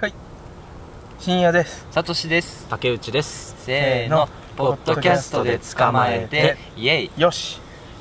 はい、深夜です。 さとしです。 竹内です。 せーの、ポッドキャストで捕まえてイエイ。 よし、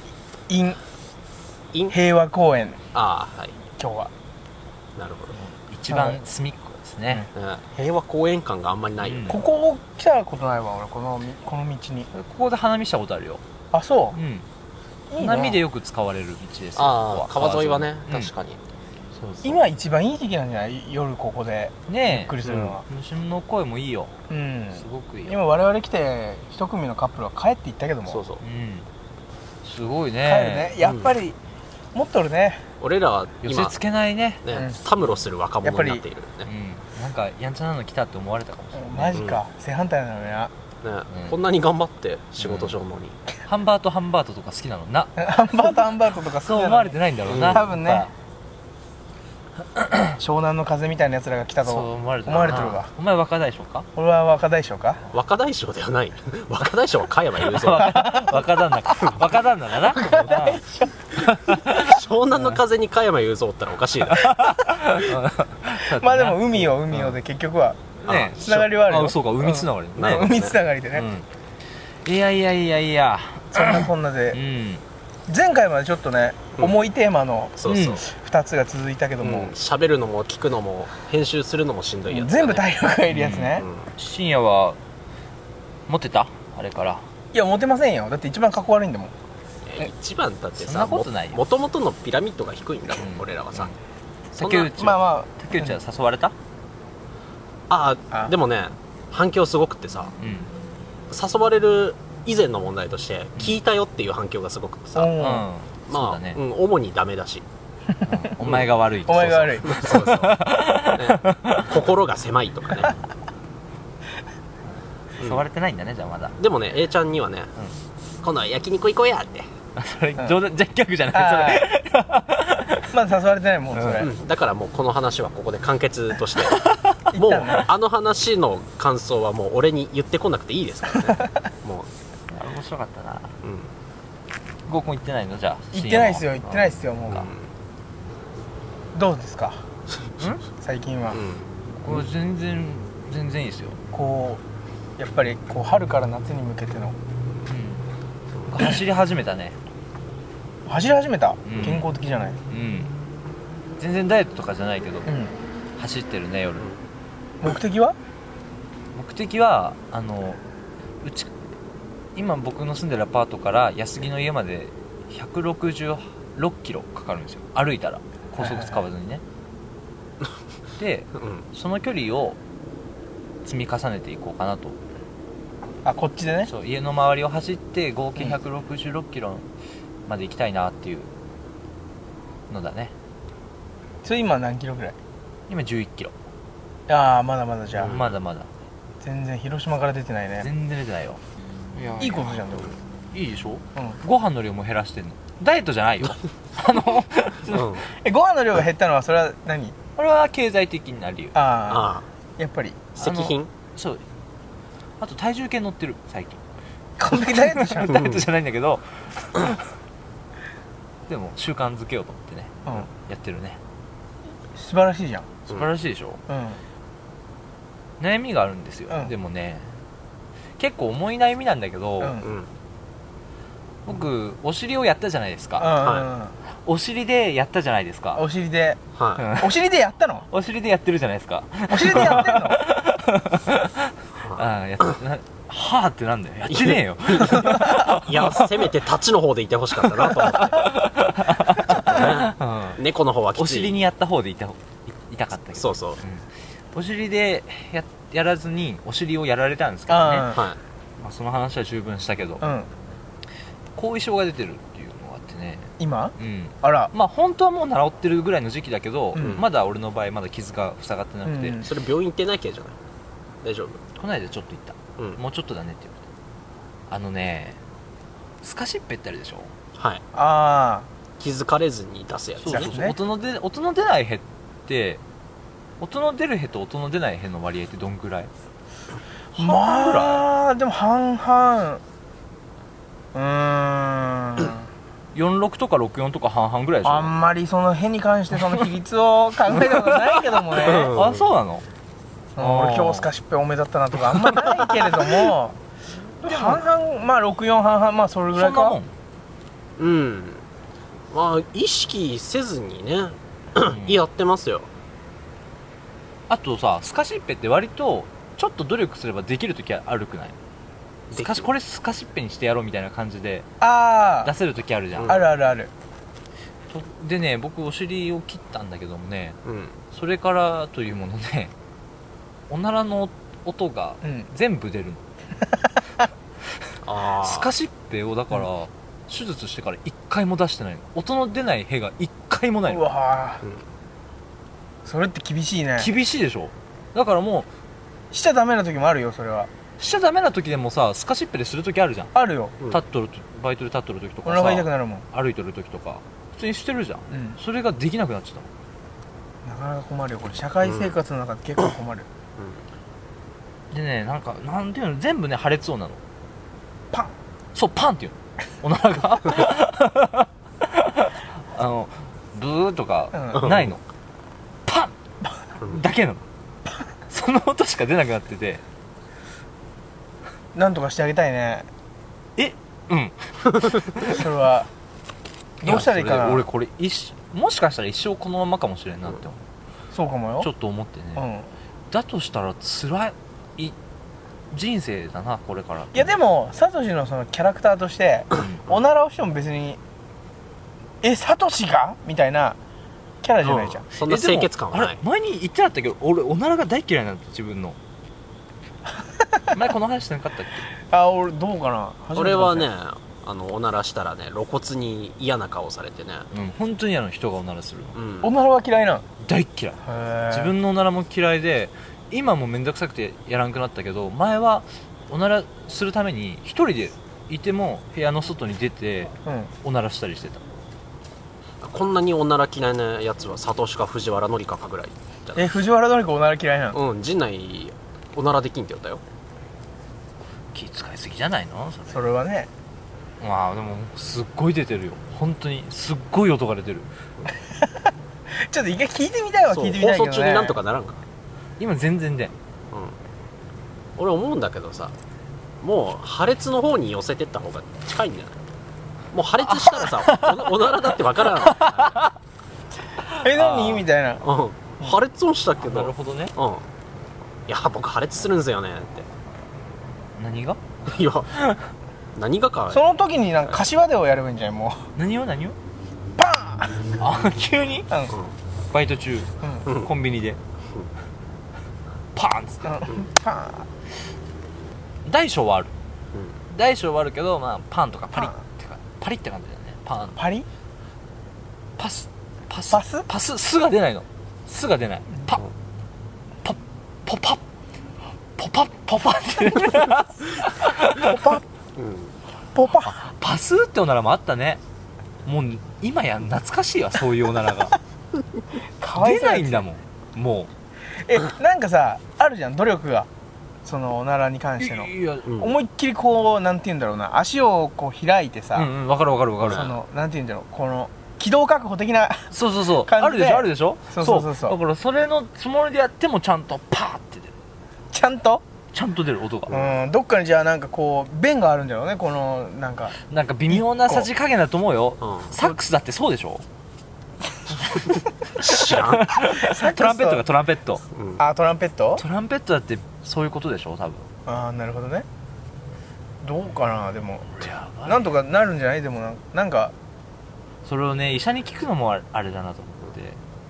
平和公園。 ああ、はい。 今日はなるほど。 一番隅っこですね、 平和公園感があんまりないよね、 ここ来たことないわ俺。この道に。 ここで花見したことあるよ。 あ、そう。 いい花見でよく使われる道ですよ。 ああ、川沿いはね、確かに。 そうそう、 今一番いい時期なんじゃない？夜ここでねえ、 ゆっくりするのは。 虫の声もいいよ。 すごくいいよ。 今我々来て一組のカップルは帰って行ったけども。 そうそう。 すごい帰るね。 ね。やっぱり持っとるね。 俺らは寄せつけないね。 たむろする若者になっているね。 なんかやんちゃなの来たって思われたかもしれない。 マジか。正反対なのよな。こんなに頑張って仕事しようのに。 ハンバートとか好きなのな。 ハンバートとかそう思われてないんだろうな。 多分ね。湘南の風みたいな奴らが来たと思われてるわ。 お前若大将か？ 俺は若大将か？ 若大将ではない。若大将は加山雄三。 若旦那か。若旦那だな。 湘南の風に加山雄三おったらおかしいな。 まあでも海をで結局はね、つながりはあるよ。 そうか、海つながりね。海つながりでね。 いや、 そんなこんなで前回までちょっとね、重いテーマの2つが続いたけども、 喋るのも聞くのも編集するのもしんどいやつ、 全部体力がいるやつね。 深夜はモテた？あれから。 いや、モテませんよ。だって一番かっこ悪いんだもん。 一番だってさ、 そんなことないよ。 もともとのピラミッドが低いんだもん、俺らはさ。 竹内は誘われた？ ああ、でもね、反響すごくってさ、誘われる以前の問題として聞いたよっていう反響がすごくってさ、まあ主にダメだし、 お前が悪い、 お前が悪い、 そうそう、心が狭いとかね。 誘われてないんだね、じゃあまだ。 でもね、A ちゃんにはね、今度は焼肉行こうやって。 それ冗談、じゃギャグじゃないそれ。 まだ誘われてないもんそれ。 だからもうこの話はここで完結として、もうあの話の感想はもう俺に言ってこなくていいですからね。もう面白かったな。合コン行ってないの？じゃあ行ってないですよもう。どうですか最近は？ これ全然いいですよ。 こうやっぱりこう春から夏に向けての走り始めたね。 走り始めた？健康的じゃない？ 全然ダイエットとかじゃないけど走ってるね夜。 目的は今僕の住んでるアパートから安木の家まで166キロかかるんですよ、歩いたら。高速使わずにね。で、その距離を積み重ねていこうかなと。 こっちでね。 そう、家の周りを走って合計166キロまで行きたいなっていうのだね。 それ今何キロぐらい？ 今11キロ。 ああ、まだまだじゃあ。 まだまだ。 全然広島から出てないね。 全然出てないよ。 いいことじゃん。 いいでしょ？ご飯の量も減らしてんの。ダイエットじゃないよ。 ご飯の量が減ったのはそれは何？ これは経済的な理由。 ああ、やっぱり石品。 そう。あと体重計乗ってる最近。 完璧ダイエットじゃん。 ダイエットじゃないんだけど。でも習慣づけようと思ってね。やってるね。 素晴らしいじゃん。 素晴らしいでしょ。悩みがあるんですよ。でもね、結構重い悩みなんだけど、僕お尻をやったじゃないですか。お尻でやったじゃないですか。 お尻でやったの？ お尻でやってるじゃないですか。 お尻でやってんの？ はぁってなんだよ。やってねえよ。 いや、せめて立ちの方でいてほしかったなと思って。猫の方はきつい。 お尻にやった方で痛かったけど。 そうそう。 お尻でやらずにお尻をやられたんですけどね。その話は十分したけど、後遺症が出てるっていうのがあってね。 今？あら。 まあ本当はもう治ってるぐらいの時期だけど、まだ俺の場合まだ傷が塞がってなくて。 それ病院行ってない系じゃない？大丈夫？ この間ちょっと行った。もうちょっとだねって言われた。スカシッペってあるでしょ。 はい。ああ。 気づかれずに出すやつ。 そうね。音の出ないヘって音の出るヘと音の出ないヘの割合ってどんぐらい？ まあでも半々。 46とか64とか半々ぐらいでしょ。 あんまりその辺に関してその比率を考えたことないけどもね。 あ、そうなの？ 俺今日スカシッペ多めだったなとかあんまないけれども半々、まあ64半々、まあそれぐらいか。そんなもん。 うん、まあ意識せずにねやってますよ。 あとさ、スカシッペって割とちょっと努力すればできるときはあるくない？これスカシッペにしてやろうみたいな感じで出せるときあるじゃん。 あるあるある。 でね、僕お尻を切ったんだけどもね、それからというものね、おならの音が全部出るの、スカシッペをだから、手術してから1回も出してないの。音の出ない屁が1回もないの。 うわ、それって厳しいね。 厳しいでしょ。だからもうしちゃダメな時もあるよ。それはしちゃダメな時でもさ、スカシッペでする時あるじゃん。 あるよ。 バイトで立っとる時とかさ、 お腹痛くなるもん。 歩いとる時とか普通にしてるじゃん、それができなくなっちゃったの。なかなか困るよこれ。社会生活の中で結構困る、 でね、なんかなんていうの、全部ね破裂音なの。 パン。 そう、パンっていうの、おならがブーとかないの、パンだけなの。その音しか出なくなってて、 なんとかしてあげたいね。それはどうしたらいいかな。 俺これもしかしたら一生このままかもしれんなって思う、 そうかもよ。 ちょっと思ってね、だとしたら辛い人生だなこれから。 いやでもサトシのそのキャラクターとしておならをしても別にサトシがみたいなキャラじゃないじゃん、 そんな清潔感はない。 あれ前に言ってなかったけど、俺おならが大嫌いなんだ自分の前この話してなかったっけ？ 俺どうかな。 俺はね、おならしたらね露骨に嫌な顔されてね、 本当に嫌な人がおならするの、 おならは嫌いなの？ 大嫌い。自分のおならも嫌いで、今もめんどくさくてやらんくなったけど、前はおならするために一人でいても部屋の外に出ておならしたりしてた、 こんなにおなら嫌いなやつはサトシか藤原紀香かぐらい。 藤原紀香おなら嫌いなの？ 陣内おならできんって言ったよ。 気使いすぎじゃないのそれはね。 まあでもすっごい出てるよ、本当にすっごい音が出てるちょっと一回聞いてみたいわ。聞いてみたいけどね。 放送中になんとかならんか。 今全然で、 俺思うんだけどさ、もう破裂の方に寄せてった方が近いんじゃない？もう破裂したらさおならだって分からん何みたいな、 破裂音したけど。 なるほどね。 いや僕破裂するんですよねって。 何が？ いや何がか。 その時になんか柏手をやればいいんじゃない？もう何をパーン急に、バイト中、コンビニで、パーンっつって、 パーン。大小はある、大小はあるけど、まあパンとかパリってかパリって感じだよね。 パリパススが出ないの。スが出ない。パポパポパポパってポパポパパスっておならもあったね。もう今や懐かしいわ、そういうおならが出ないんだもん。もうなんかさ、あるじゃん努力が、そのおならに関しての。思いっきりこう、なんて言うんだろうな、足をこう開いてさ、 分かるそのなんて言うんだろう、この軌道確保的なそうあるでしょ。 そうだからそれのつもりでやってもちゃんとパーって出る。ちゃんと出る音が。 どっかにじゃあなんかこう弁があるんだろうね。このなんか微妙なさじ加減だと思うよ。サックスだってそうでしょ。 知らん。 トランペットがトランペット。 トランペットだってそういうことでしょ多分。 なるほどね。どうかな。でもなんとかなるんじゃない？でもなんかそれをね医者に聞くのもあれだなと思って。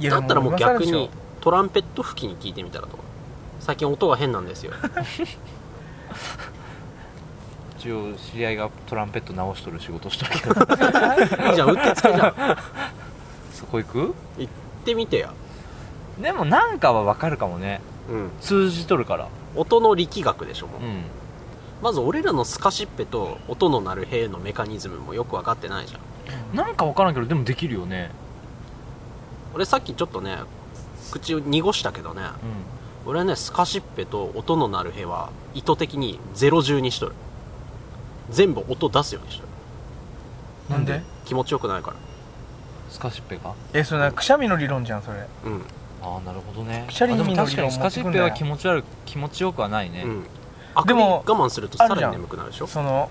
だったらもう逆にトランペット吹きに聞いてみたらとか。最近音が変なんですよ。 一応知り合いがトランペット直しとる仕事しとるけど。 いいじゃん、うってつけじゃん。 そこ行く？ 行ってみてや。 でもなんかは分かるかもね、通じとるから。 音の力学でしょもう、まず俺らのスカシッペと音の鳴る兵のメカニズムもよく分かってないじゃん。なんか分からんけどでもできるよね。 俺さっきちょっとね口を濁したけどね、俺はねスカシッペと音の鳴る兵は意図的に010にしとる。全部音出すようにしとる。 なんで？ 気持ちよくないから。 スカシッペが？ それくしゃみの理論じゃんそれ。 ああなるほどね。 くしゃりの理論持ってくんだよ。 確かにスカチッペは気持ちよくはないね、 でも我慢するとさらに眠くなるでしょ。 その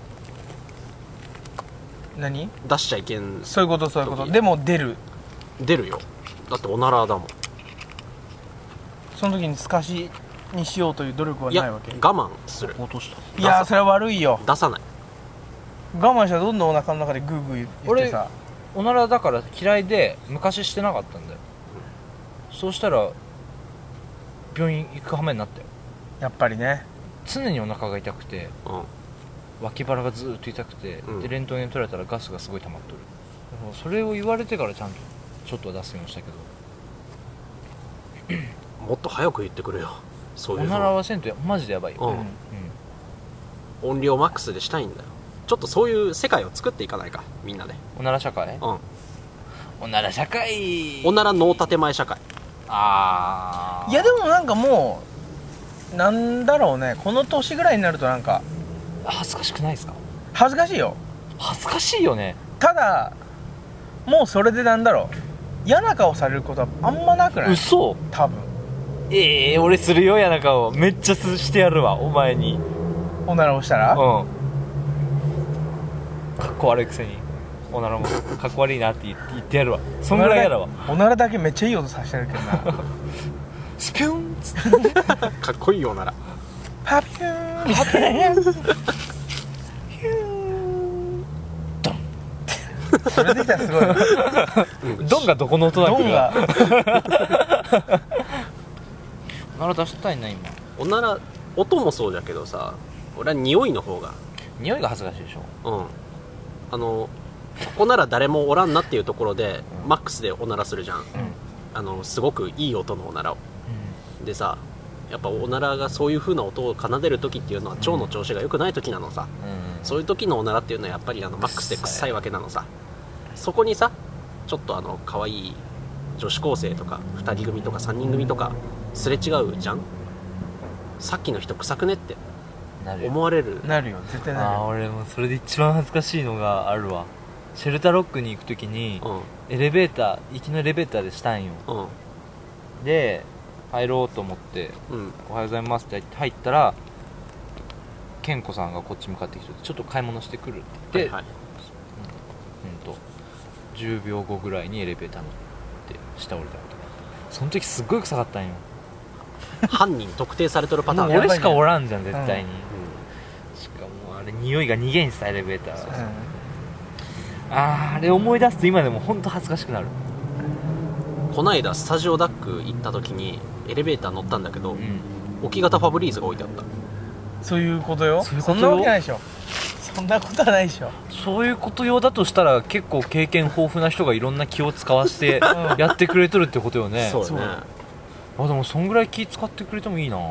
何出しちゃいけん。 そういうことそういうこと。でも出るよ。だっておならだもん。 その時に透かしにしようという努力はないわけ。 いや我慢する。 落とした。 いやそれは悪いよ。 出さない。 我慢したらどんどんお腹の中でグーグー言ってさ。 おならだから嫌いで昔してなかったんだよ、そうしたら病院行く羽目になったよ。 やっぱりね。 常にお腹が痛くて、脇腹がずーっと痛くて、でレントゲン取られたらガスがすごい溜まっとる。それを言われてからちゃんとちょっとは出すようにしたけどもっと早く言ってくれよ。そういうおならはせんとマジでやばいよ、 音量マックスでしたいんだよ。ちょっとそういう世界を作っていかないか、みんなで。 おなら社会、おなら社会、 おなら脳建前社会。 ああ。 いやでもなんかもうなんだろうね、この年ぐらいになるとなんか恥ずかしくないですか？ 恥ずかしいよ。 恥ずかしいよね。 ただもうそれでなんだろう、嫌な顔されることはあんまなくない？ 嘘？ 多分。 俺するよ、嫌な顔めっちゃしてやるわ、お前に。 おならをしたら？ かっこ悪いくせにおならもかっこ悪いなって言ってやるわ。そんぐらい嫌だわ。 おならだけめっちゃいい音させてるけどなスピューンっつってかっこいいおなら。 パピューンみたいなドンそれできたらすごいドンがどこの音だっけ？ ドンがおなら出したいな今。 おなら音もそうだけどさ、俺は匂いの方が。 匂いが恥ずかしいでしょ。 ここなら誰もおらんなっていうところで、マックスでおならするじゃん、すごくいい音のおならを、でさ、やっぱおならがそういう風な音を奏でる時っていうのは腸の調子が良くない時なのさ、そういう時のおならっていうのはやっぱりマックスで臭いわけなのさ。そこにさ、ちょっと可愛い女子高生とか2人組とか3人組とかすれ違うじゃん。さっきの人臭くねって思われる。 なるよ、絶対なるよ。 俺もそれで一番恥ずかしいのがあるわ。シェルターロックに行くときに、エレベーター、行きのエレベーターでしたんよ、で入ろうと思って、おはようございますって入ったら、ケンコさんがこっち向かってきて、ちょっと買い物してくるって言って、10秒後ぐらいにエレベーター乗って下降りたことがあった。その時すっごい臭かったんよ犯人特定されとるパターン。 俺しかおらんじゃん絶対に、しかもあれ匂いが逃げんしさ、エレベーター、あれ思い出すと今でも本当恥ずかしくなる。 こないだスタジオダック行った時にエレベーター乗ったんだけど、置き型ファブリーズが置いてあった。 そういうことよ。そんなわけないでしょ。そんなことはないでしょ。 そういうこと用だとしたら結構経験豊富な人がいろんな気を使わせてやってくれとるってことよね。 そうね。 でもそんぐらい気使ってくれてもいいな、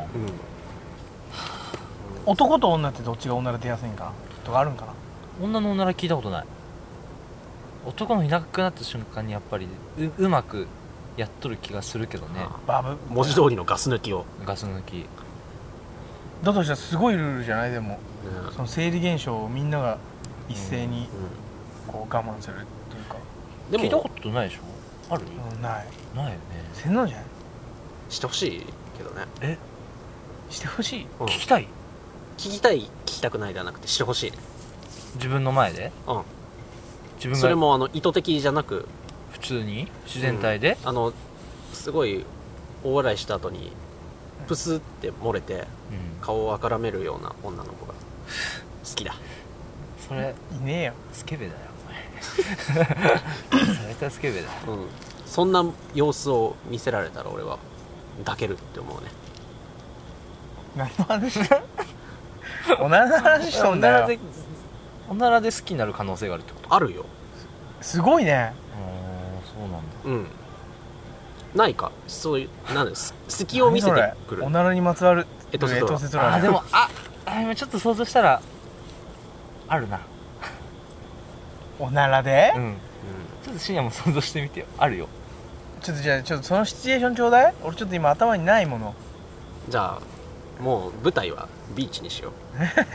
男と女ってどっちがおなら出やすいんかなとかあるんかな。 女のおなら聞いたことない。男のいなくなった瞬間にやっぱり うまくやっとる気がするけどね。 文字通りのガス抜きを。 ガス抜きだとしたらすごいルールじゃない？でも、その生理現象をみんなが一斉にこう我慢するというか。 でも聞いたことないでしょ？ある？ ないよね。 せんのじゃない？ してほしいけどね。 してほしい？ 聞きたい？ 聞きたい聞きたくないではなくてしてほしい。 自分の前で？自分がそれも意図的じゃなく普通に自然体で、 すごい大笑いした後にプスって漏れて、顔をあからめるような女の子が好きだ。 それいねえよ。 スケベだよお前大体スケベだよ、 そんな様子を見せられたら俺は抱けるって思うね。 何の話おならの話しとんだよ。 おならで好きになる可能性があるってこと？ あるよ。 すごいね。 そうなんだ。 ないか、そういう好きを見せてくる。 おならにまつわるエトセトラ。 でも今ちょっと想像したらあるな。 おならで？ ちょっと深夜も想像してみてよ。あるよ。 ちょっとそのシチュエーションちょうだい。俺ちょっと今頭にないもの。 じゃあもう舞台はビーチにしよう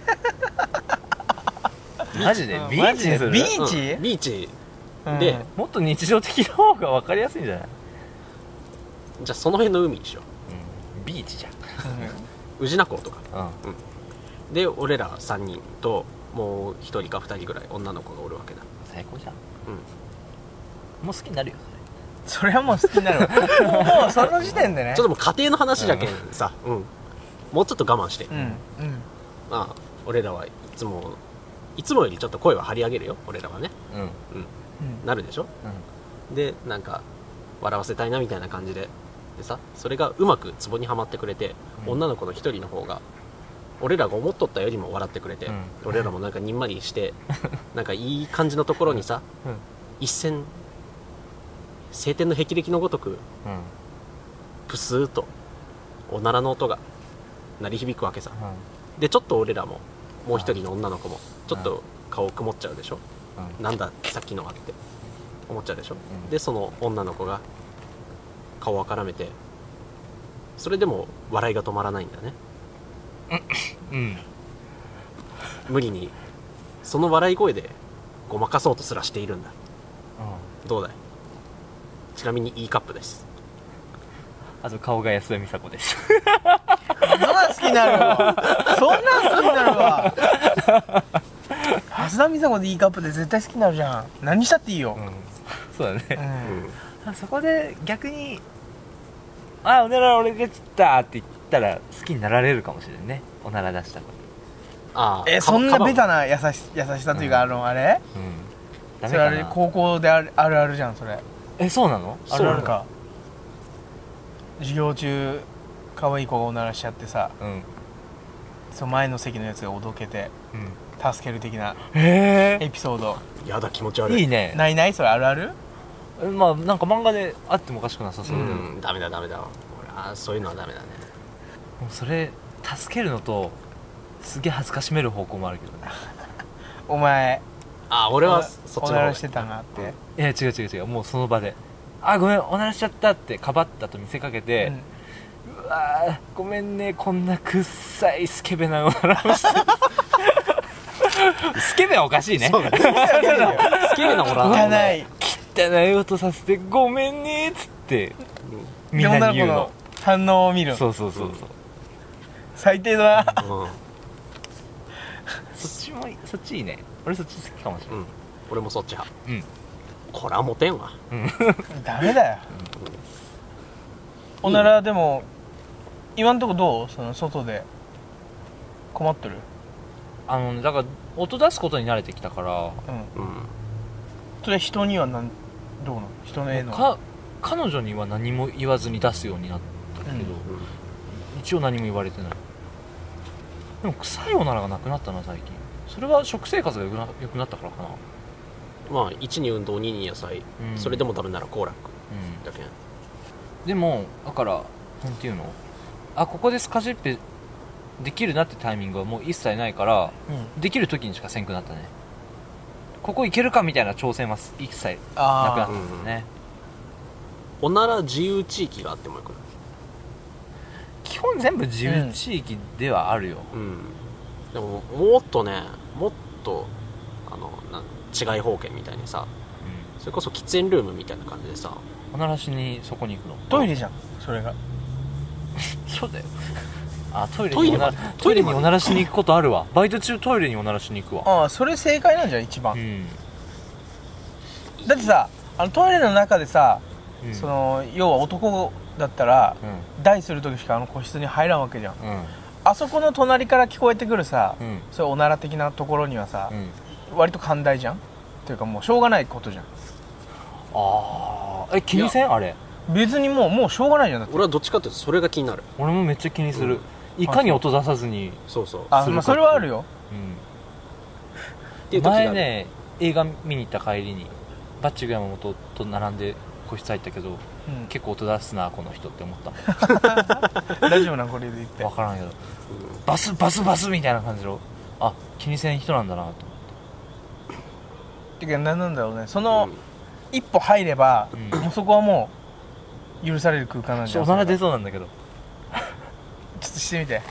マジでビーチにする？ ビーチ？ ビーチで、 もっと日常的な方が分かりやすいんじゃない？ じゃあその辺の海にしようん、ビーチじゃん宇品港とか、 うんうん、で俺ら3人ともう1人か2人ぐらい女の子がおるわけだ。 最高じゃん。 うんもう好きになるよそれはもう好きになるわもうその時点でねちょっともう家庭の話だけんさ、うん、もうちょっと我慢して、 うんうん。 まあ俺らはいつもよりちょっと声は張り上げるよ俺らはね、 それ。うんなるでしょ、でなんか笑わせたいなみたいな感じでさ、それがうまくツボにはまってくれて、 うん女の子の一人の方が俺らが思っとったよりも笑ってくれて、俺らもなんかにんまりしてなんかいい感じのところにさ、一線晴天の霹靂のごとくプスーとおならの音が鳴り響くわけさ、でちょっと俺らももう一人の女の子もちょっと顔曇っちゃうでしょ、なんださっきのはって思っちゃうでしょ、でその女の子が顔を絡めて、それでも笑いが止まらないんだね。 うん無理にその笑い声でごまかそうとすらしているんだ。どうだい。ちなみに E カップです。 あと顔が安田美沙子ですそんなん好きになるわそんなん好きになるわ蓮田美沙子で E カップで絶対好きになるじゃん。何したっていいよ、 そうだね、 うんそこで逆にあおなら俺がつったって言ったら好きになられるかもしれんね、おなら出したあそんなベタな優しさというか、あれ、 ダそれあれ高校であるあるじゃんそれ。 そうなの？ あるあるか。授業中可愛い子がおならしちゃってさ、その前の席のやつがおどけて、助ける的なエピソード。 やだ気持ち悪い。 いいね。 ないそれあるある？ まあなんか漫画であってもおかしくなさそう。 ダメだ俺そういうのはダメだね。 もうそれ助けるのとすげえ恥ずかしめる方向もあるけどねお前俺はそっちの方おならしてたなって。 いや違うもうその場でごめんおならしちゃったってかばったと見せかけて、うわごめんねこんなくっさいスケベなおならをしてスケベはおかしいね。 そうだねスケベなおなら汚い音させてごめんねっつってみんなに言うの。 反応を見る。 そう最低だなそっちいいね。俺そっち好きかもしれない。 俺もそっち派。これはモテんわ。 ダメだよ。おならでも今んとこどう？その外で困ってる？ だから音出すことに慣れてきたから、 それ人にはどうなの？人の絵の彼女には何も言わずに出すようになったけど、一応何も言われてない。でも臭いおならがなくなったな最近。それは食生活が良くなったからかな。 まあ1に運動2に野菜、それでもダメなら行楽だけん。 でもだからなんていうの、ここでスカジッペできるなってタイミングはもう一切ないから、できる時にしかせんくなったね。ここいけるかみたいな挑戦は一切なくなったんだね。 おなら自由地域があってもよくない？ 基本全部自由地域ではあるよ。 でももっと治外法権みたいにさ、それこそ喫煙ルームみたいな感じでさ、 おならしにそこに行くの？ トイレじゃんそれがそうだよ。トイレにおならしに行くことあるわ。バイト中トイレにおならしに行くわ。 それ正解なんじゃん一番、だってさトイレの中でさ、その要は男だったら、大する時しか個室に入らんわけじゃん、あそこの隣から聞こえてくるさ、そういうおなら的なところにはさ、割と寛大じゃんっていうかもうしょうがないことじゃん。 気にせんあれ？ 別にもうしょうがないじゃん。だって俺はどっちかっていうとそれが気になる。 俺もめっちゃ気にする、いかに音出さずにそれはあるよ、 前ね映画見に行った帰りにバッチグ山本と並んで個室入ったけど、結構音出すなこの人って思ったもん大丈夫なこれで言って分からんけど、バスみたいな感じの気にせん人なんだなと思って。 てか何なんだろうね、その、一歩入れば、もうそこはもう許される空間なんじゃない？ おなら出そうなんだけどちょっとしてみて。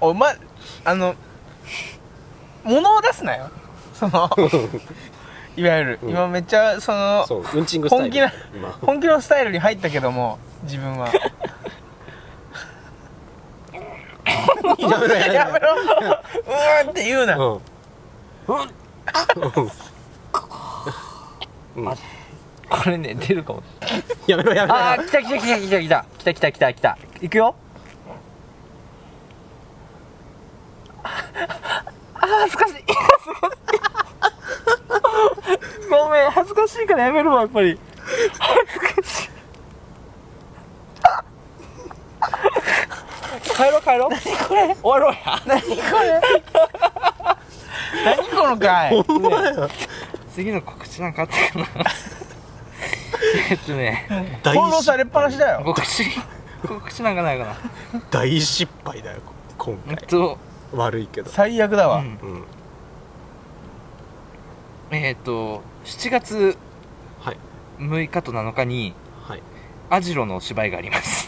お前物を出すなよそのいわゆる、今めっちゃそのうんちんぐスタイル本気のスタイルに入ったけども自分はやめろうーんって言うな、 これね出るかも。 やめろあー来たいくよ。恥ずかしいごめん恥ずかしいからやめるわやっぱり恥ずかしい帰ろう何これ終わろうや何これ何この回、 ほんまや次の告知なんかあったかな翻弄されっぱなしだよ。 告知なんかないかな。 大失敗だよ今回。悪いけど最悪だわ、 7月6日と7日にアジロの芝居があります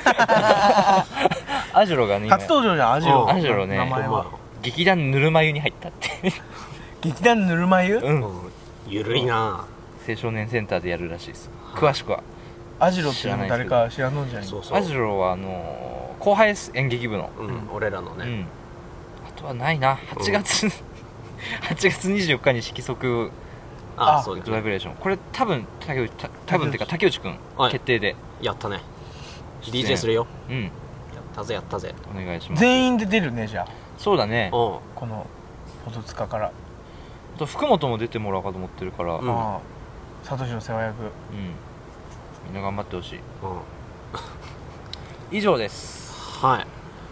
アジロがね初登場じゃん。 アジロね、 名前は劇団ぬるま湯に入ったって劇団ぬるま湯、 ゆるいな。 青少年センターでやるらしいです。詳しくはアジロっていうの誰か知らんのんじゃない。 アジロは後輩です、演劇部の。 俺らのね。 あとはないな。8月24日に色則そうですバイブレーション。これ多分っていうか竹内くん決定でやったね。 DJ するよ。やったぜお願いします。 全員で出るね。じゃあそうだね。 このフォトツカから福本も出てもらおうかと思ってるから、 サトシの世話役、 みんな頑張ってほしい。以上です。 はい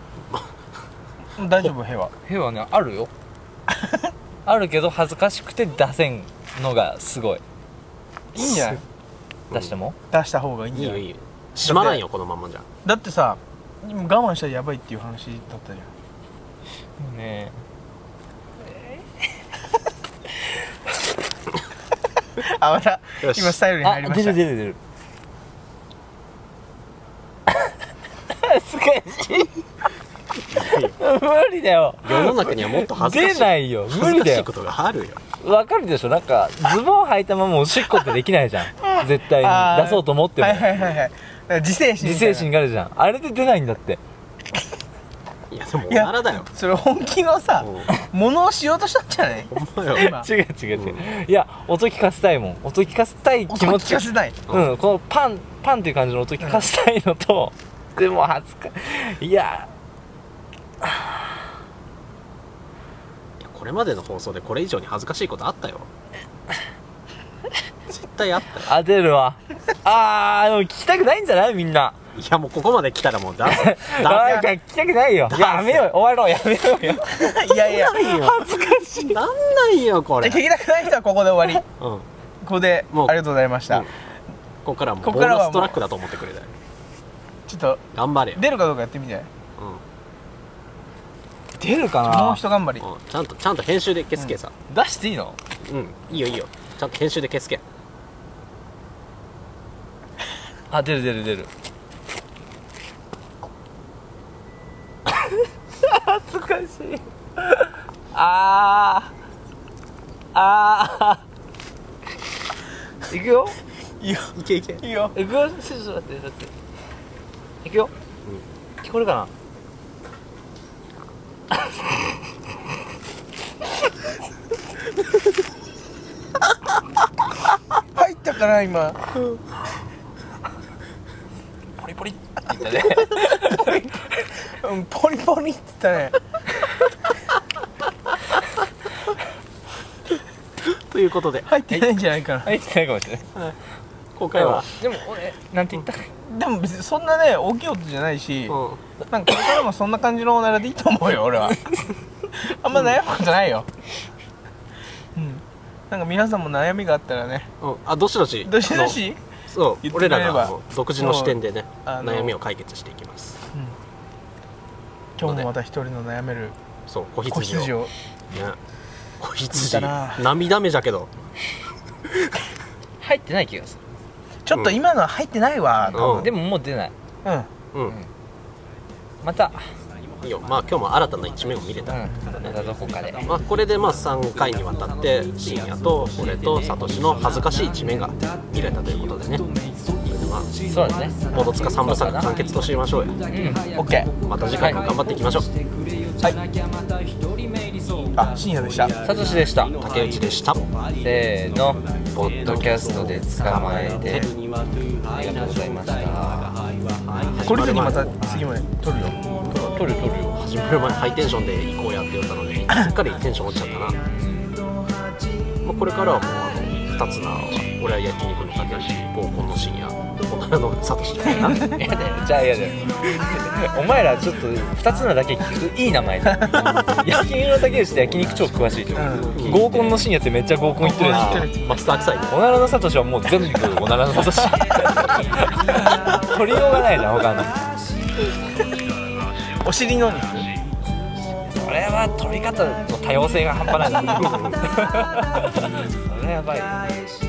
大丈夫。平和ねあるよあるけど恥ずかしくて出せんのがすごい。 いいんじゃない。 出しても出した方がいいんじゃない。 いい閉まらんよこのまんまじゃ。 だってさ我慢したらやばいっていう話だったじゃんねまた今スタイルに入りました。 出る恥ずかしい無理だよ。 世の中にはもっと恥ずかしい出ないよ。無理だよ。 ことがあるよ。 わかるでしょ。なんかズボン履いたままおしっこってできないじゃん絶対に出そうと思っても。 自制心があるじゃん。あれで出ないんだって。 いやでもおならだよ。 それ本気のさものをしようとしたんじゃない。 違う、いや音聞かせたいもん。音聞かせたい気持ち。 音聞かせたい。 このパンっていう感じの音聞かせたいのと、でも恥ずかいやこれまでの放送でこれ以上に恥ずかしいことあったよ絶対あったよ。 出るわ。でも聞きたくないんじゃないみんな。 いやもうここまで来たらもうなんか聞きたくないよ。やめよう。終わろう。やめようよ。 いや恥ずかしい。 なんないよこれ。 聞きたくない人はここで終わり。ここでありがとうございました。 ここからはもうボーナストラックだと思ってくれたよ。 ちょっと頑張れよ。 出るかどうかやってみて。 出るかな。 もう一頑張り。 ちゃんと編集で消すけさ。 出していいの？ いいよ。ちゃんと編集で消すけ。 出る。恥ずかしい。いくよ。 いいよ。 いけ。 いいよ。 いくよ。ちょっと待って。いくよ。聞こえるかな。 入ったかな今。 ポリポリって言ったね。 ポリポリって言ったね。 ということで入ってないんじゃないかな。 入ってないかもしれない。 今回はでも俺なんて言った？ でも別にそんなね大きい音じゃないし、なんかこれからもそんな感じのおならでいいと思うよ俺は。あんま悩むことないよ。なんか皆さんも悩みがあったらね、 どしどしそう俺らが独自の視点でね悩みを解決していきます。 今日もまた一人の悩める子羊を子羊な。 涙目じゃけど入ってない気がする。 ちょっと今のは入ってないわ多分。 でももう出ない。 うん。 またいいよ。まあ今日も新たな一面を見れた、 またどこかで、 まあ、これでまあ3回にわたって深夜と俺とサトシの恥ずかしい一面が見れたということでね、まあ、 そうですね、 ボドツカ3部作完結としましょうよ。 OK、 また次回も頑張っていきましょう。 はい、あ、深夜でした。 サトシでした。 竹内でした。 せーの、ポッドキャストで捕まえて。ありがとうございました。 これにまた次も撮るよ。 撮るよ。 始まる前ハイテンションで行こうやって言ったのにすっかりテンション落ちちゃったな。まあ、これからはもう2つな、俺は焼肉の竹内、合コンの深夜、大人のサトシみたいな。 やだよ、じゃあやだよ。お前らちょっと2つのだけ聞くいい名前だ。焼肉の竹内って焼肉超詳しいじゃん。合コンの深夜ってめっちゃ合コン行ってるし、 マスター臭いね。 おならのサトシはもう全部おならのサトシ。取りようがないな、他の。 お尻の肉、 それは取り方の多様性が半端ないな。それはやばい。